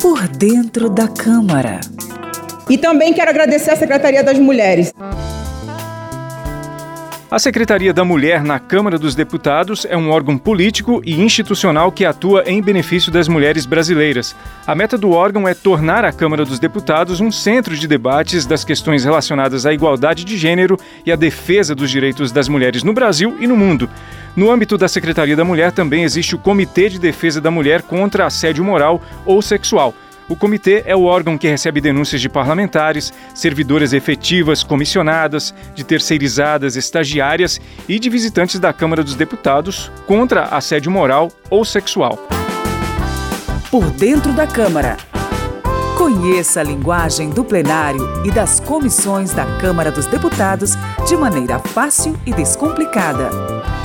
Por dentro da Câmara. E também quero agradecer à Secretaria das Mulheres. A Secretaria da Mulher na Câmara dos Deputados é um órgão político e institucional que atua em benefício das mulheres brasileiras. A meta do órgão é tornar a Câmara dos Deputados um centro de debates das questões relacionadas à igualdade de gênero e à defesa dos direitos das mulheres no Brasil e no mundo. No âmbito da Secretaria da Mulher também existe o Comitê de Defesa da Mulher contra Assédio Moral ou Sexual. O comitê é o órgão que recebe denúncias de parlamentares, servidoras efetivas, comissionadas, de terceirizadas, estagiárias e de visitantes da Câmara dos Deputados contra assédio moral ou sexual. Por dentro da Câmara. Conheça a linguagem do plenário e das comissões da Câmara dos Deputados de maneira fácil e descomplicada.